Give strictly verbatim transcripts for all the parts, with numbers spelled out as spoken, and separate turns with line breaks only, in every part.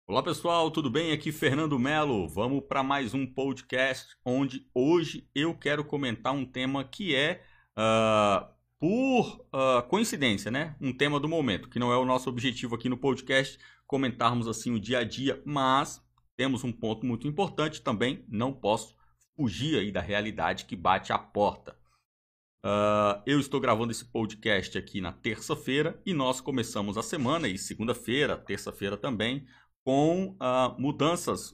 Olá pessoal, tudo bem? Aqui Fernando Melo. Vamos para mais um podcast onde hoje eu quero comentar um tema que é, ah, por ah, coincidência, né? Um tema do momento, que não é o nosso objetivo aqui no podcast comentarmos assim o dia a dia, mas temos um ponto muito importante também, não posso fugir aí da realidade que bate à porta. Uh, eu estou gravando esse podcast aqui na terça-feira e nós começamos a semana, e segunda-feira, terça-feira também, com uh, mudanças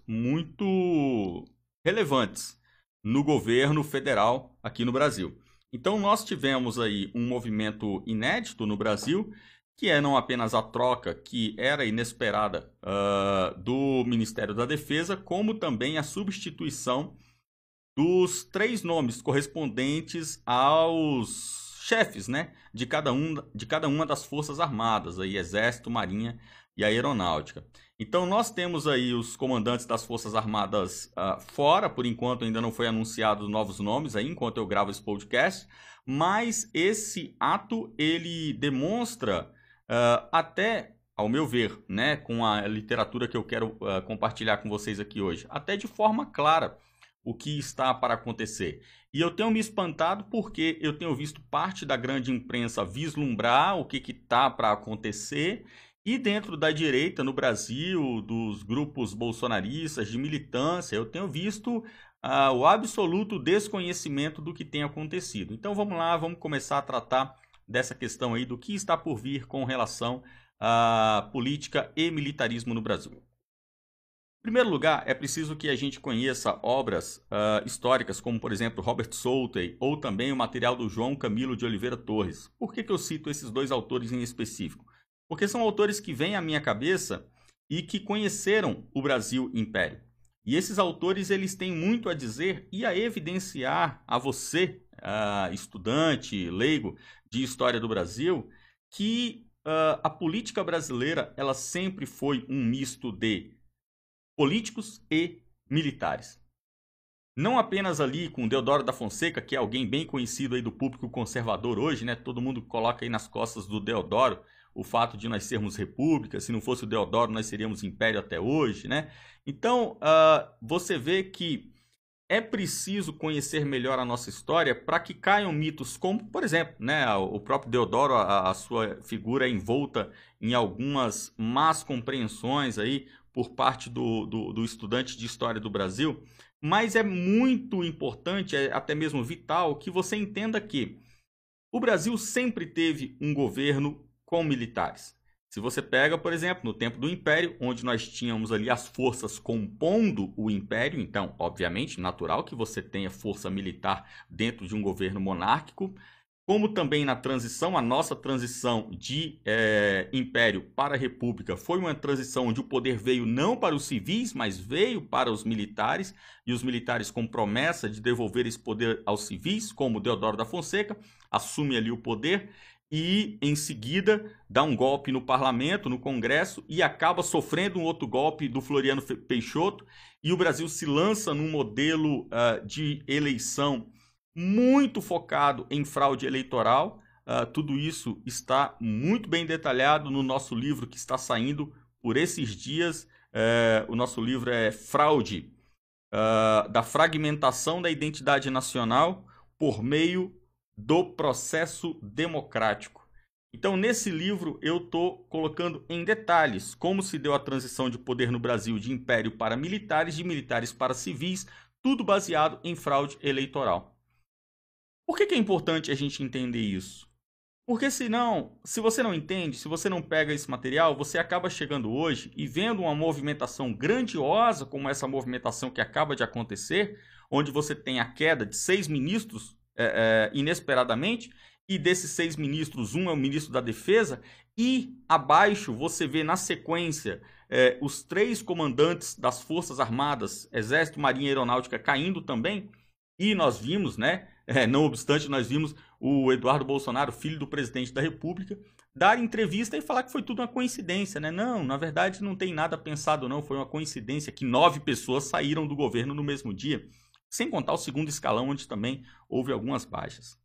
muito relevantes no governo federal aqui no Brasil. Então nós tivemos aí um movimento inédito no Brasil, que é não apenas a troca que era inesperada uh, do Ministério da Defesa, como também a substituição dos três nomes correspondentes aos chefes, né, de cada, um, de cada uma das forças armadas, aí, Exército, Marinha e Aeronáutica. Então nós temos aí os comandantes das forças armadas uh, fora, por enquanto ainda não foi anunciado novos nomes, aí, enquanto eu gravo esse podcast, mas esse ato ele demonstra uh, até, ao meu ver, né, com a literatura que eu quero uh, compartilhar com vocês aqui hoje, até de forma clara, o que está para acontecer. E eu tenho me espantado porque eu tenho visto parte da grande imprensa vislumbrar o que está para acontecer, e dentro da direita no Brasil, dos grupos bolsonaristas, de militância, eu tenho visto uh, o absoluto desconhecimento do que tem acontecido. Então vamos lá, vamos começar a tratar dessa questão aí do que está por vir com relação à política e militarismo no Brasil. Em primeiro lugar, é preciso que a gente conheça obras uh, históricas, como, por exemplo, Robert Southey, ou também o material do João Camilo de Oliveira Torres. Por que que eu cito esses dois autores em específico? Porque são autores que vêm à minha cabeça e que conheceram o Brasil Império. E esses autores eles têm muito a dizer e a evidenciar a você, uh, estudante, leigo de História do Brasil, que uh, a política brasileira ela sempre foi um misto de políticos e militares. Não apenas ali com Deodoro da Fonseca, que é alguém bem conhecido aí do público conservador hoje, né? Todo mundo coloca aí nas costas do Deodoro o fato de nós sermos república. Se não fosse o Deodoro, nós seríamos império até hoje, né? Então, uh, você vê que é preciso conhecer melhor a nossa história para que caiam mitos como, por exemplo, né, o próprio Deodoro, a, a sua figura é envolta em algumas más compreensões aí por parte do, do, do estudante de História do Brasil, mas é muito importante, é até mesmo vital, que você entenda que o Brasil sempre teve um governo com militares. Se você pega, por exemplo, no tempo do Império, onde nós tínhamos ali as forças compondo o Império, então, obviamente, natural que você tenha força militar dentro de um governo monárquico, como também na transição, a nossa transição de é, Império para a República foi uma transição onde o poder veio não para os civis, mas veio para os militares, e os militares com promessa de devolver esse poder aos civis, como Deodoro da Fonseca, assume ali o poder, e em seguida dá um golpe no parlamento, no Congresso, e acaba sofrendo um outro golpe do Floriano Peixoto, e o Brasil se lança num modelo uh, de eleição muito focado em fraude eleitoral. Uh, tudo isso está muito bem detalhado no nosso livro que está saindo por esses dias. Uh, o nosso livro é Fraude, uh, da fragmentação da identidade nacional por meio do processo democrático. Então, nesse livro, eu estou colocando em detalhes como se deu a transição de poder no Brasil de império para militares, de militares para civis, tudo baseado em fraude eleitoral. Por que que é importante a gente entender isso? Porque senão, se você não entende, se você não pega esse material, você acaba chegando hoje e vendo uma movimentação grandiosa como essa movimentação que acaba de acontecer, onde você tem a queda de seis ministros é, é, inesperadamente, e desses seis ministros, um é o ministro da Defesa, e abaixo você vê na sequência é, os três comandantes das Forças Armadas, Exército, Marinha e Aeronáutica, caindo também, e nós vimos, né? É, não obstante, nós vimos o Eduardo Bolsonaro, filho do presidente da República, dar entrevista e falar que foi tudo uma coincidência, né? Não, na verdade não tem nada pensado não, foi uma coincidência que nove pessoas saíram do governo no mesmo dia, sem contar o segundo escalão, onde também houve algumas baixas.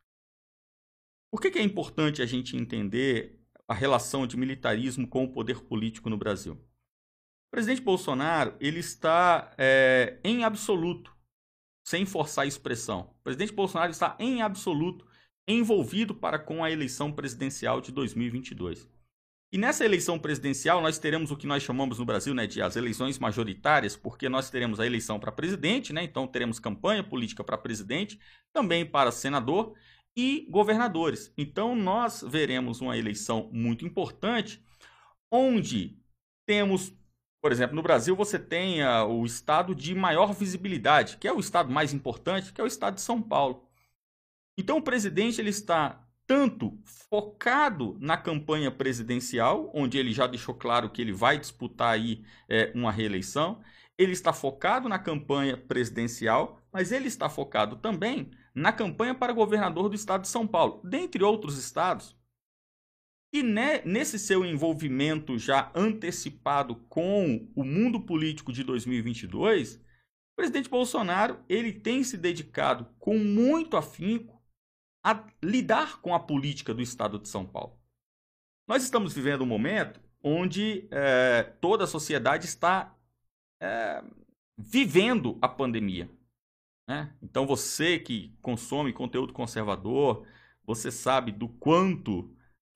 Por que que é importante a gente entender a relação de militarismo com o poder político no Brasil? O presidente Bolsonaro, ele está é, em absoluto, sem forçar a expressão, o presidente Bolsonaro está em absoluto envolvido para com a eleição presidencial de dois mil e vinte e dois. E nessa eleição presidencial, nós teremos o que nós chamamos no Brasil, né, de as eleições majoritárias, porque nós teremos a eleição para presidente, né, então teremos campanha política para presidente, também para senador e governadores. Então nós veremos uma eleição muito importante, onde temos, por exemplo, no Brasil você tem uh, o estado de maior visibilidade, que é o estado mais importante, que é o estado de São Paulo. Então o presidente ele está tanto focado na campanha presidencial, onde ele já deixou claro que ele vai disputar aí é, uma reeleição, ele está focado na campanha presidencial, mas ele está focado também na campanha para governador do estado de São Paulo, dentre outros estados. E né, nesse seu envolvimento já antecipado com o mundo político de dois mil e vinte e dois, o presidente Bolsonaro ele tem se dedicado com muito afinco a lidar com a política do estado de São Paulo. Nós estamos vivendo um momento onde é, toda a sociedade está é, vivendo a pandemia, né? Então você que consome conteúdo conservador, você sabe do quanto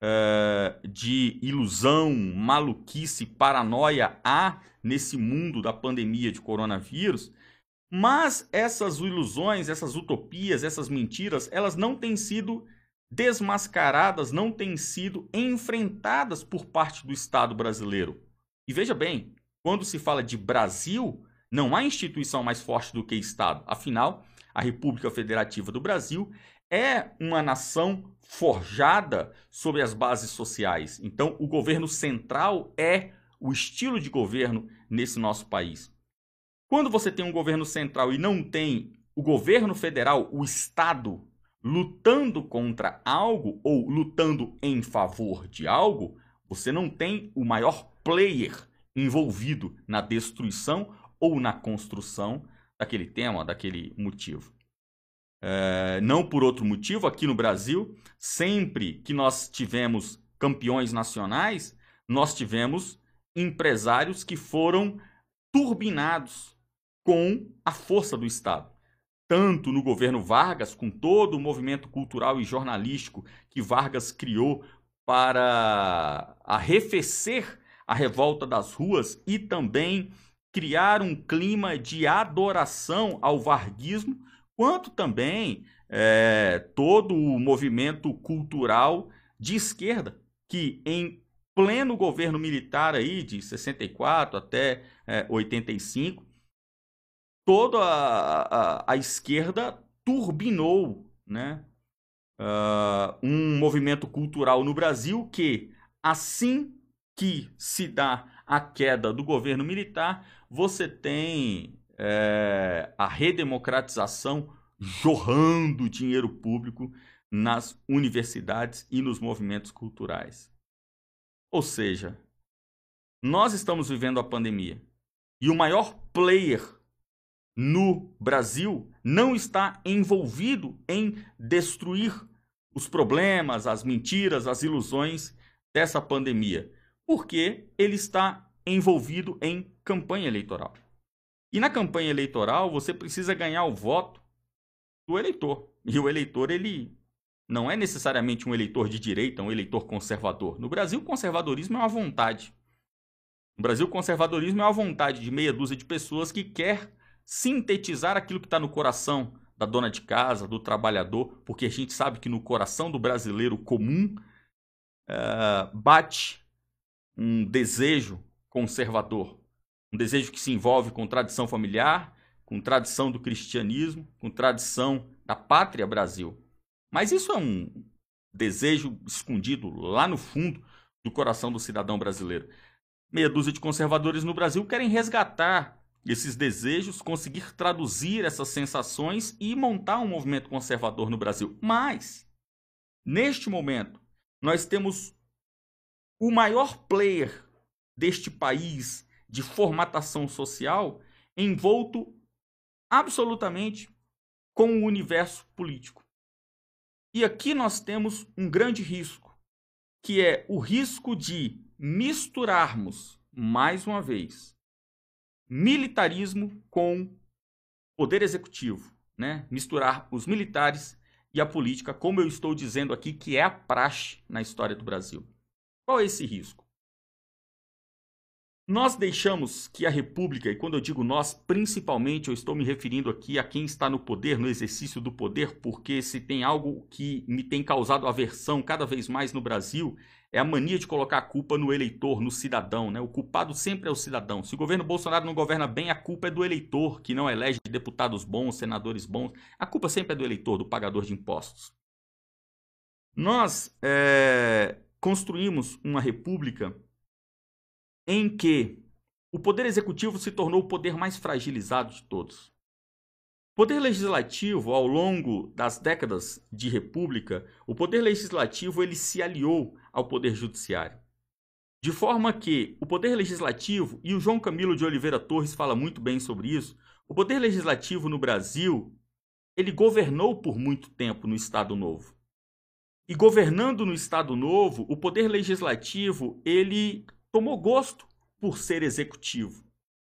é, de ilusão, maluquice, paranoia há nesse mundo da pandemia de coronavírus. Mas essas ilusões, essas utopias, essas mentiras, elas não têm sido desmascaradas, não têm sido enfrentadas por parte do Estado brasileiro. E veja bem, quando se fala de Brasil, não há instituição mais forte do que Estado. Afinal, a República Federativa do Brasil é uma nação forjada sobre as bases sociais. Então, o governo central é o estilo de governo nesse nosso país. Quando você tem um governo central e não tem o governo federal, o Estado, lutando contra algo ou lutando em favor de algo, você não tem o maior player envolvido na destruição ou na construção daquele tema, daquele motivo. É, não por outro motivo, aqui no Brasil, sempre que nós tivemos campeões nacionais, nós tivemos empresários que foram turbinados com a força do Estado. Tanto no governo Vargas, com todo o movimento cultural e jornalístico que Vargas criou para arrefecer a revolta das ruas e também criar um clima de adoração ao varguismo, quanto também é, todo o movimento cultural de esquerda, que em pleno governo militar aí, de sessenta e quatro até é, oitenta e cinco, toda a, a, a esquerda turbinou, né, uh, um movimento cultural no Brasil que, assim que se dá a queda do governo militar, você tem é, a redemocratização jorrando dinheiro público nas universidades e nos movimentos culturais. Ou seja, nós estamos vivendo a pandemia e o maior player no Brasil não está envolvido em destruir os problemas, as mentiras, as ilusões dessa pandemia, porque ele está envolvido em campanha eleitoral. E na campanha eleitoral você precisa ganhar o voto do eleitor. E o eleitor, ele não é necessariamente um eleitor de direita, um eleitor conservador. No Brasil, o conservadorismo é uma vontade. No Brasil, o conservadorismo é uma vontade de meia dúzia de pessoas que quer sintetizar aquilo que está no coração da dona de casa, do trabalhador, porque a gente sabe que no coração do brasileiro comum uh, bate um desejo conservador, um desejo que se envolve com tradição familiar, com tradição do cristianismo, com tradição da pátria Brasil. Mas isso é um desejo escondido lá no fundo do coração do cidadão brasileiro. Meia dúzia de conservadores no Brasil querem resgatar esses desejos, conseguir traduzir essas sensações e montar um movimento conservador no Brasil. Mas, neste momento, nós temos o maior player deste país de formatação social envolto absolutamente com o universo político. E aqui nós temos um grande risco, que é o risco de misturarmos, mais uma vez, militarismo com poder executivo, né? Misturar os militares e a política, como eu estou dizendo aqui, que é a praxe na história do Brasil. Qual é esse risco? Nós deixamos que a República, e quando eu digo nós, principalmente eu estou me referindo aqui a quem está no poder, no exercício do poder, porque se tem algo que me tem causado aversão cada vez mais no Brasil, é a mania de colocar a culpa no eleitor, no cidadão, né? O culpado sempre é o cidadão. Se o governo Bolsonaro não governa bem, a culpa é do eleitor, que não elege deputados bons, senadores bons. A culpa sempre é do eleitor, do pagador de impostos. Nós é, construímos uma república em que o poder executivo se tornou o poder mais fragilizado de todos. O poder legislativo, ao longo das décadas de república, o poder legislativo ele se aliou ao poder judiciário. De forma que o poder legislativo, e o João Camilo de Oliveira Torres fala muito bem sobre isso, o poder legislativo no Brasil, ele governou por muito tempo no Estado Novo. E governando no Estado Novo, o poder legislativo, ele tomou gosto por ser executivo.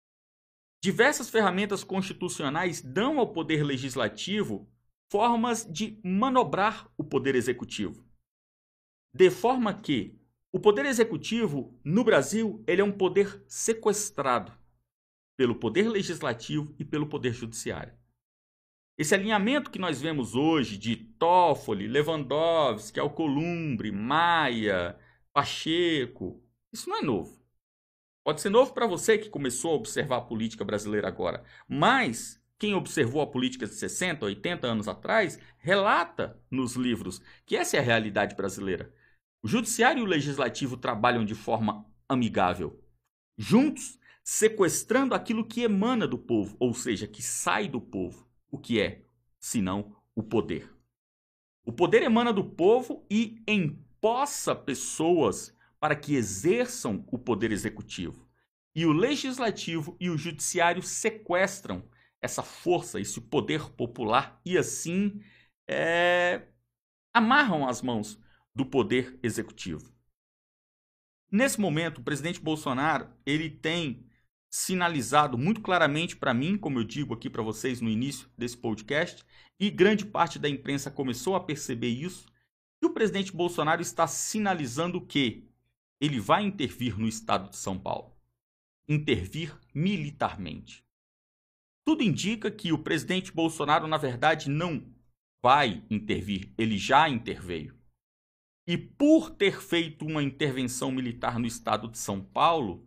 Diversas ferramentas constitucionais dão ao poder legislativo formas de manobrar o poder executivo. De forma que o poder executivo, no Brasil, ele é um poder sequestrado pelo poder legislativo e pelo poder judiciário. Esse alinhamento que nós vemos hoje de Toffoli, Lewandowski, Alcolumbre, Maia, Pacheco, isso não é novo. Pode ser novo para você que começou a observar a política brasileira agora, mas quem observou a política de sessenta, oitenta anos atrás, relata nos livros que essa é a realidade brasileira. O judiciário e o legislativo trabalham de forma amigável, juntos, sequestrando aquilo que emana do povo, ou seja, que sai do povo. O que é, senão o poder? O poder emana do povo e empossa pessoas para que exerçam o poder executivo. E o legislativo e o judiciário sequestram essa força, esse poder popular e assim é, amarram as mãos do poder executivo. Nesse momento, o presidente Bolsonaro ele tem sinalizado muito claramente para mim, como eu digo aqui para vocês no início desse podcast, e grande parte da imprensa começou a perceber isso, que o presidente Bolsonaro está sinalizando que ele vai intervir no estado de São Paulo. Intervir militarmente. Tudo indica que o presidente Bolsonaro, na verdade, não vai intervir, ele já interveio. E por ter feito uma intervenção militar no estado de São Paulo,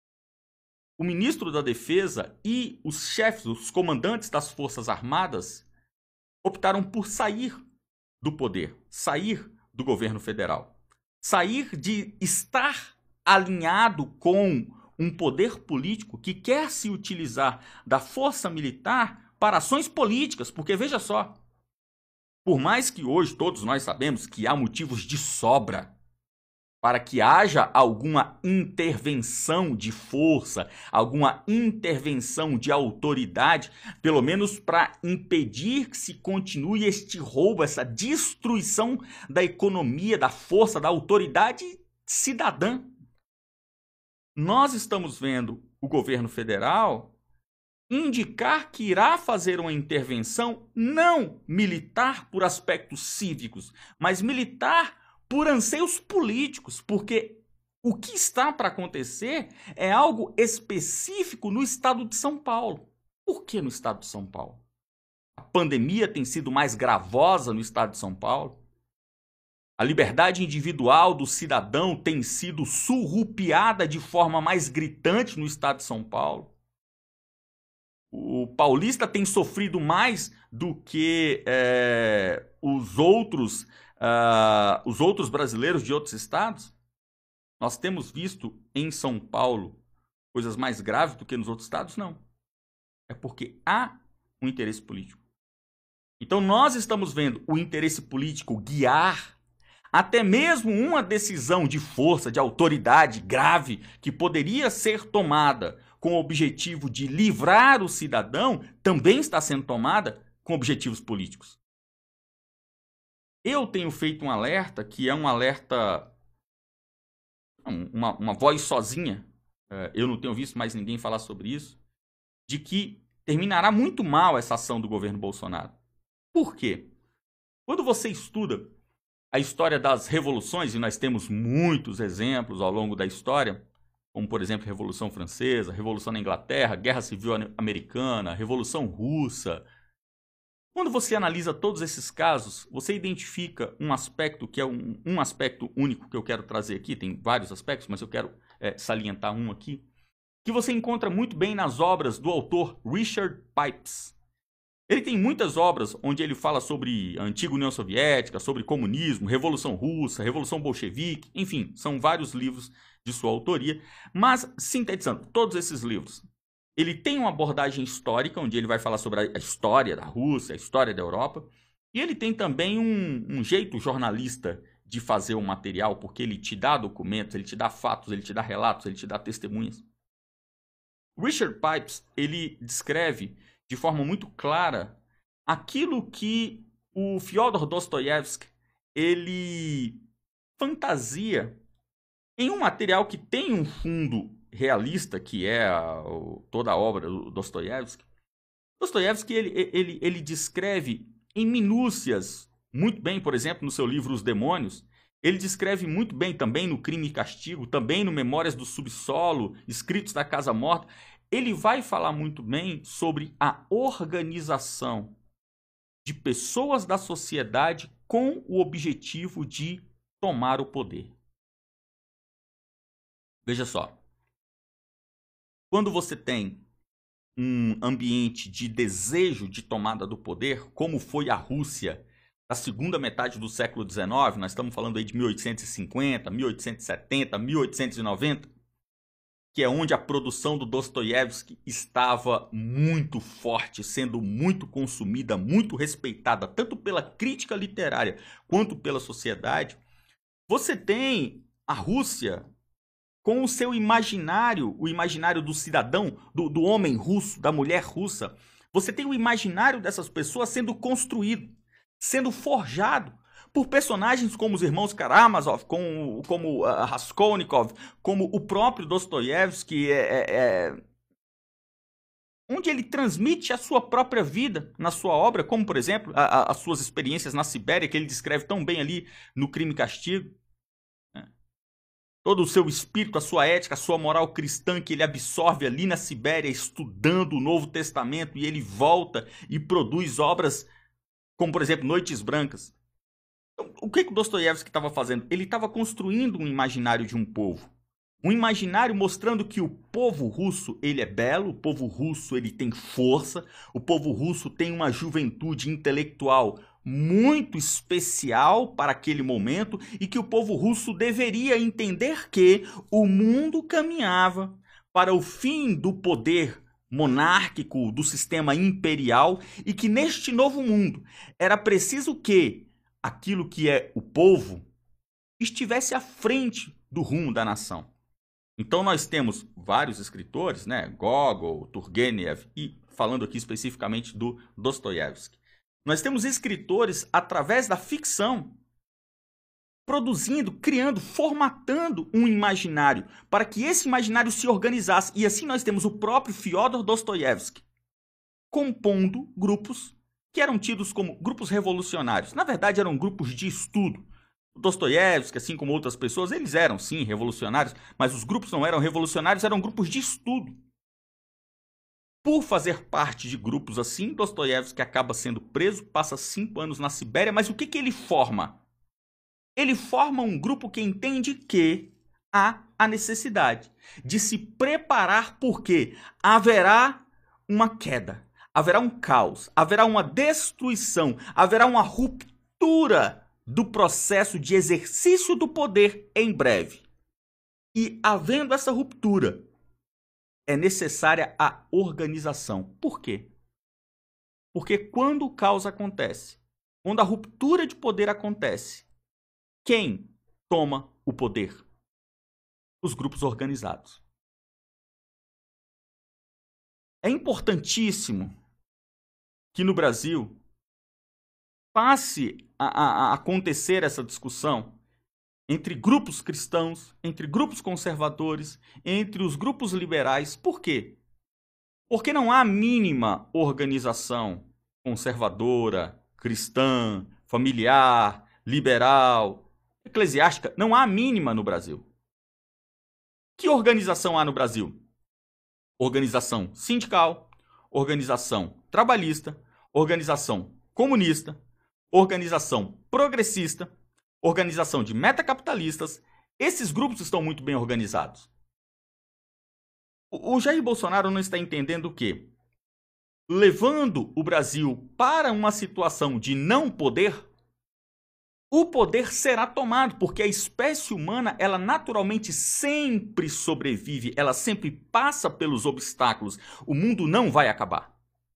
o ministro da Defesa e os chefes, os comandantes das Forças Armadas, optaram por sair do poder, sair do governo federal. Sair de estar alinhado com um poder político que quer se utilizar da força militar para ações políticas, porque veja só, por mais que hoje todos nós sabemos que há motivos de sobra para que haja alguma intervenção de força, alguma intervenção de autoridade, pelo menos para impedir que se continue este roubo, essa destruição da economia, da força, da autoridade cidadã. Nós estamos vendo o governo federal indicar que irá fazer uma intervenção não militar por aspectos cívicos, mas militar por anseios políticos, porque o que está para acontecer é algo específico no estado de São Paulo. Por que no estado de São Paulo? A pandemia tem sido mais gravosa no estado de São Paulo? A liberdade individual do cidadão tem sido surrupiada de forma mais gritante no estado de São Paulo? O paulista tem sofrido mais do que é, os outros Uh, os outros brasileiros de outros estados? Nós temos visto em São Paulo coisas mais graves do que nos outros estados? Não. É porque há um interesse político. Então nós estamos vendo o interesse político guiar até mesmo uma decisão de força, de autoridade grave que poderia ser tomada com o objetivo de livrar o cidadão, também está sendo tomada com objetivos políticos. Eu tenho feito um alerta, que é um alerta, uma, uma voz sozinha, eu não tenho visto mais ninguém falar sobre isso, de que terminará muito mal essa ação do governo Bolsonaro. Por quê? Quando você estuda a história das revoluções, e nós temos muitos exemplos ao longo da história, como, por exemplo, a Revolução Francesa, a Revolução na Inglaterra, Guerra Civil Americana, a Revolução Russa. Quando você analisa todos esses casos, você identifica um aspecto que é um, um aspecto único que eu quero trazer aqui, tem vários aspectos, mas eu quero é, salientar um aqui, que você encontra muito bem nas obras do autor Richard Pipes. Ele tem muitas obras onde ele fala sobre a antiga União Soviética, sobre comunismo, Revolução Russa, Revolução Bolchevique, enfim, são vários livros de sua autoria. Mas, sintetizando, todos esses livros, ele tem uma abordagem histórica, onde ele vai falar sobre a história da Rússia, a história da Europa, e ele tem também um, um jeito jornalista de fazer o material, porque ele te dá documentos, ele te dá fatos, ele te dá relatos, ele te dá testemunhas. Richard Pipes, ele descreve de forma muito clara aquilo que o Fyodor Dostoiévski ele fantasia em um material que tem um fundo realista, que é a, toda a obra do Dostoiévski. Dostoiévski ele, ele, ele descreve em minúcias, muito bem, por exemplo, no seu livro Os Demônios, ele descreve muito bem também no Crime e Castigo, também no Memórias do Subsolo, Escritos da Casa Morta. Ele vai falar muito bem sobre a organização de pessoas da sociedade com o objetivo de tomar o poder. Veja só. Quando você tem um ambiente de desejo de tomada do poder, como foi a Rússia na segunda metade do século dezenove, nós estamos falando aí de mil oitocentos e cinquenta, mil oitocentos e setenta, mil oitocentos e noventa, que é onde a produção do Dostoiévski estava muito forte, sendo muito consumida, muito respeitada, tanto pela crítica literária quanto pela sociedade. Você tem a Rússia com o seu imaginário, o imaginário do cidadão, do, do homem russo, da mulher russa. Você tem o imaginário dessas pessoas sendo construído, sendo forjado por personagens como os irmãos Karamazov, como, como uh, Raskolnikov, como o próprio Dostoiévski, é, é, é, onde ele transmite a sua própria vida na sua obra, como, por exemplo, a, a, as suas experiências na Sibéria, que ele descreve tão bem ali no Crime e Castigo. Né? Todo o seu espírito, a sua ética, a sua moral cristã que ele absorve ali na Sibéria, estudando o Novo Testamento, e ele volta e produz obras como, por exemplo, Noites Brancas. O que, que o Dostoiévski estava fazendo? Ele estava construindo um imaginário de um povo. Um imaginário mostrando que o povo russo ele é belo, o povo russo ele tem força, o povo russo tem uma juventude intelectual muito especial para aquele momento e que o povo russo deveria entender que o mundo caminhava para o fim do poder monárquico, do sistema imperial e que neste novo mundo era preciso que aquilo que é o povo estivesse à frente do rumo da nação. Então nós temos vários escritores, né? Gogol, Turgenev e falando aqui especificamente do Dostoiévski. Nós temos escritores através da ficção produzindo, criando, formatando um imaginário para que esse imaginário se organizasse. E assim nós temos o próprio Fyodor Dostoiévski compondo grupos que eram tidos como grupos revolucionários. Na verdade, eram grupos de estudo. O Dostoiévski, assim como outras pessoas, eles eram, sim, revolucionários, mas os grupos não eram revolucionários, eram grupos de estudo. Por fazer parte de grupos assim, Dostoiévski acaba sendo preso, passa cinco anos na Sibéria, mas o que, que ele forma? Ele forma um grupo que entende que há a necessidade de se preparar porque haverá uma queda. Haverá um caos, haverá uma destruição, haverá uma ruptura do processo de exercício do poder em breve. E, havendo essa ruptura, é necessária a organização. Por quê? Porque quando o caos acontece, quando a ruptura de poder acontece, quem toma o poder? Os grupos organizados. É importantíssimo que no Brasil passe a, a, a acontecer essa discussão entre grupos cristãos, entre grupos conservadores, entre os grupos liberais. Por quê? Porque não há mínima organização conservadora, cristã, familiar, liberal, eclesiástica, não há mínima no Brasil. Que organização há no Brasil? Organização sindical, organização trabalhista, organização comunista, organização progressista, organização de metacapitalistas. Esses grupos estão muito bem organizados. O Jair Bolsonaro não está entendendo o quê? Levando o Brasil para uma situação de não poder, o poder será tomado, porque a espécie humana, ela naturalmente sempre sobrevive, ela sempre passa pelos obstáculos. O mundo não vai acabar.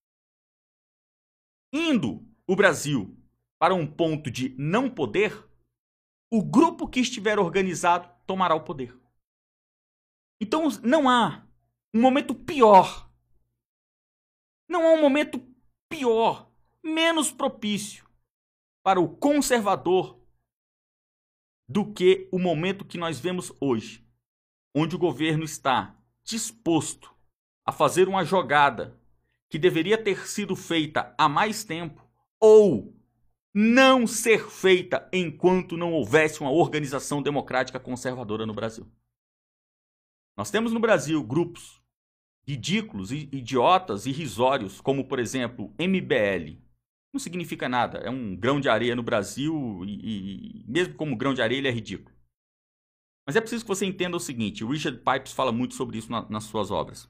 Indo o Brasil para um ponto de não poder, o grupo que estiver organizado tomará o poder. Então não há um momento pior. Não há um momento pior, menos propício para o conservador do que o momento que nós vemos hoje, onde o governo está disposto a fazer uma jogada que deveria ter sido feita há mais tempo ou não ser feita enquanto não houvesse uma organização democrática conservadora no Brasil. Nós temos no Brasil grupos ridículos, idiotas, irrisórios, como, por exemplo, M B L. Não significa nada, é um grão de areia no Brasil e, e mesmo como grão de areia ele é ridículo. Mas é preciso que você entenda o seguinte, o Richard Pipes fala muito sobre isso na, nas suas obras.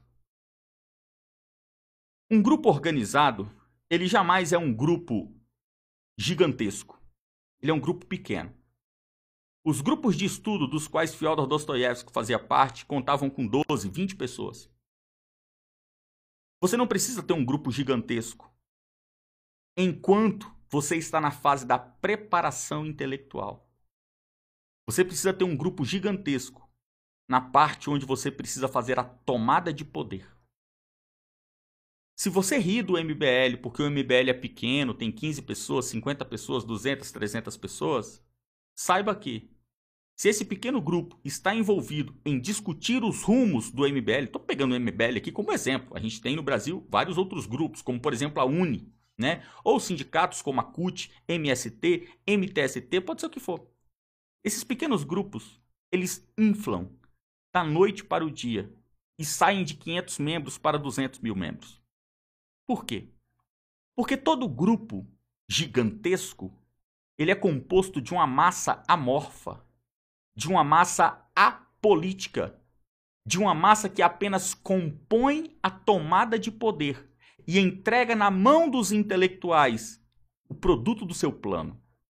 Um grupo organizado, ele jamais é um grupo gigantesco. Ele é um grupo pequeno. Os grupos de estudo dos quais Fyodor Dostoiévski fazia parte contavam com doze, vinte pessoas. Você não precisa ter um grupo gigantesco enquanto você está na fase da preparação intelectual. Você precisa ter um grupo gigantesco na parte onde você precisa fazer a tomada de poder. Se você ri do M B L porque o M B L é pequeno, tem quinze pessoas, cinquenta pessoas, duzentas, trezentas pessoas, saiba que se esse pequeno grupo está envolvido em discutir os rumos do M B L, estou pegando o M B L aqui como exemplo, a gente tem no Brasil vários outros grupos, como por exemplo a UNE, né? Ou sindicatos como a C U T, M S T, M T S T, pode ser o que for. Esses pequenos grupos, eles inflam da noite para o dia e saem de quinhentos membros para duzentos mil membros. Por quê? Porque todo grupo gigantesco, ele é composto de uma massa amorfa, de uma massa apolítica, de uma massa que apenas compõe a tomada de poder e entrega na mão dos intelectuais o produto do seu plano.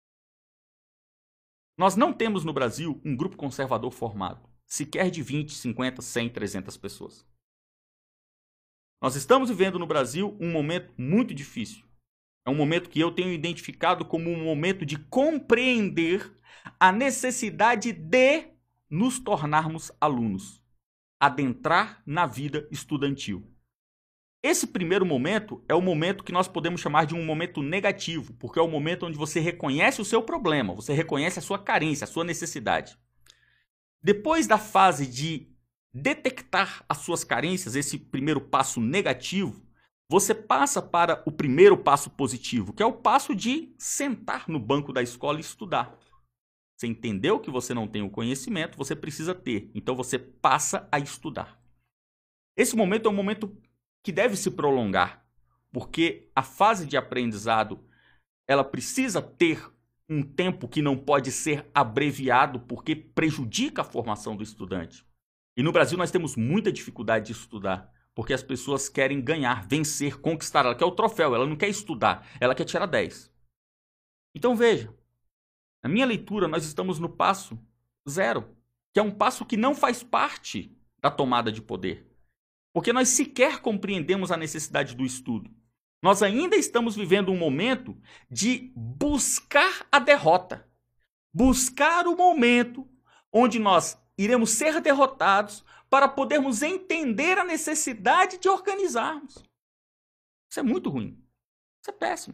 Nós não temos no Brasil um grupo conservador formado, sequer de vinte, cinquenta, cem, trezentas pessoas. Nós estamos vivendo no Brasil um momento muito difícil. É um momento que eu tenho identificado como um momento de compreender a necessidade de nos tornarmos alunos, adentrar na vida estudantil. Esse primeiro momento é o momento que nós podemos chamar de um momento negativo, porque é o momento onde você reconhece o seu problema, você reconhece a sua carência, a sua necessidade. Depois da fase de detectar as suas carências, esse primeiro passo negativo, você passa para o primeiro passo positivo, que é o passo de sentar no banco da escola e estudar. Você entendeu que você não tem o conhecimento, você precisa ter. Então você passa a estudar. Esse momento é um momento que deve se prolongar, porque a fase de aprendizado, ela precisa ter um tempo que não pode ser abreviado, porque prejudica a formação do estudante. E no Brasil nós temos muita dificuldade de estudar, porque as pessoas querem ganhar, vencer, conquistar. Ela quer o troféu, ela não quer estudar, ela quer tirar dez. Então veja, na minha leitura nós estamos no passo zero, que é um passo que não faz parte da tomada de poder, porque nós sequer compreendemos a necessidade do estudo. Nós ainda estamos vivendo um momento de buscar a derrota, buscar o momento onde nós iremos ser derrotados para podermos entender a necessidade de organizarmos. Isso é muito ruim. Isso é péssimo.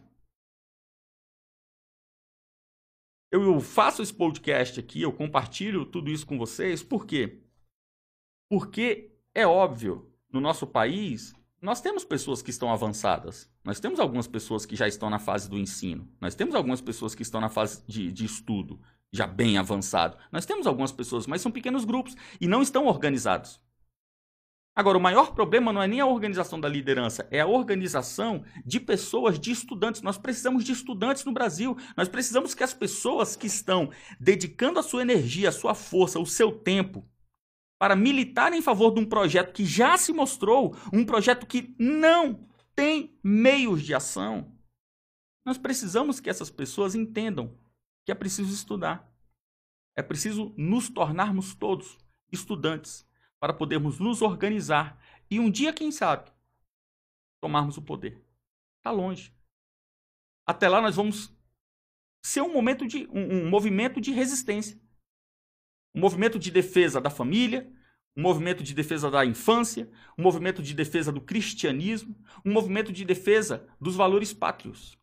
Eu faço esse podcast aqui, eu compartilho tudo isso com vocês, por quê? Porque é óbvio, no nosso país, Nós temos pessoas que estão avançadas, nós temos algumas pessoas que já estão na fase do ensino, nós temos algumas pessoas que estão na fase de, de estudo, já bem avançado. Nós temos algumas pessoas, mas são pequenos grupos e não estão organizados. Agora, o maior problema não é nem a organização da liderança, é a organização de pessoas, de estudantes. Nós precisamos de estudantes no Brasil, nós precisamos que as pessoas que estão dedicando a sua energia, a sua força, o seu tempo, para militar em favor de um projeto que já se mostrou, um projeto que não tem meios de ação. Nós precisamos que essas pessoas entendam que é preciso estudar. É preciso nos tornarmos todos estudantes para podermos nos organizar e um dia, quem sabe, tomarmos o poder. Está longe. Até lá nós vamos ser um momento de um, um movimento de resistência. Um movimento de defesa da família, um movimento de defesa da infância, um movimento de defesa do cristianismo, um movimento de defesa dos valores pátrios.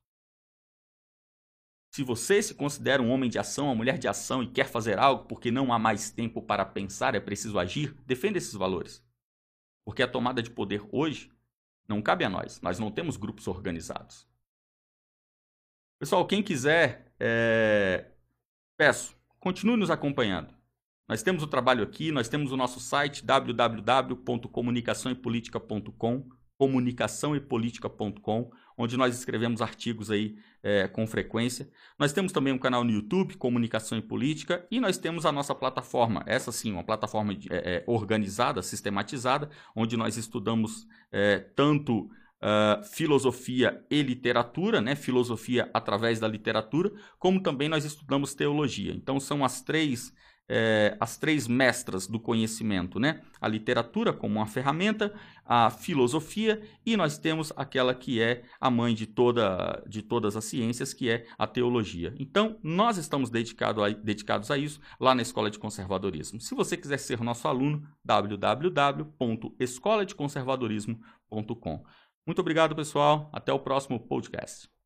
Se você se considera um homem de ação, uma mulher de ação e quer fazer algo porque não há mais tempo para pensar, é preciso agir, defenda esses valores. Porque a tomada de poder hoje não cabe a nós, nós não temos grupos organizados. Pessoal, quem quiser, é... peço, continue nos acompanhando. Nós temos o trabalho aqui, nós temos o nosso site w w w ponto comunicação e política ponto com, comunicação e política ponto com, onde nós escrevemos artigos aí é, com frequência. Nós temos também um canal no YouTube, Comunicação e Política, e nós temos a nossa plataforma, essa sim, uma plataforma de, é, organizada, sistematizada, onde nós estudamos é, tanto uh, filosofia e literatura, né? Filosofia através da literatura, como também nós estudamos teologia. Então são as três É, as três mestras do conhecimento, né? A literatura como uma ferramenta, a filosofia e nós temos aquela que é a mãe de, toda, de todas as ciências, que é a teologia. Então, nós estamos dedicado a, dedicados a isso lá na Escola de Conservadorismo. Se você quiser ser nosso aluno, w w w ponto escola de conservadorismo ponto com. Muito obrigado, pessoal. Até o próximo podcast.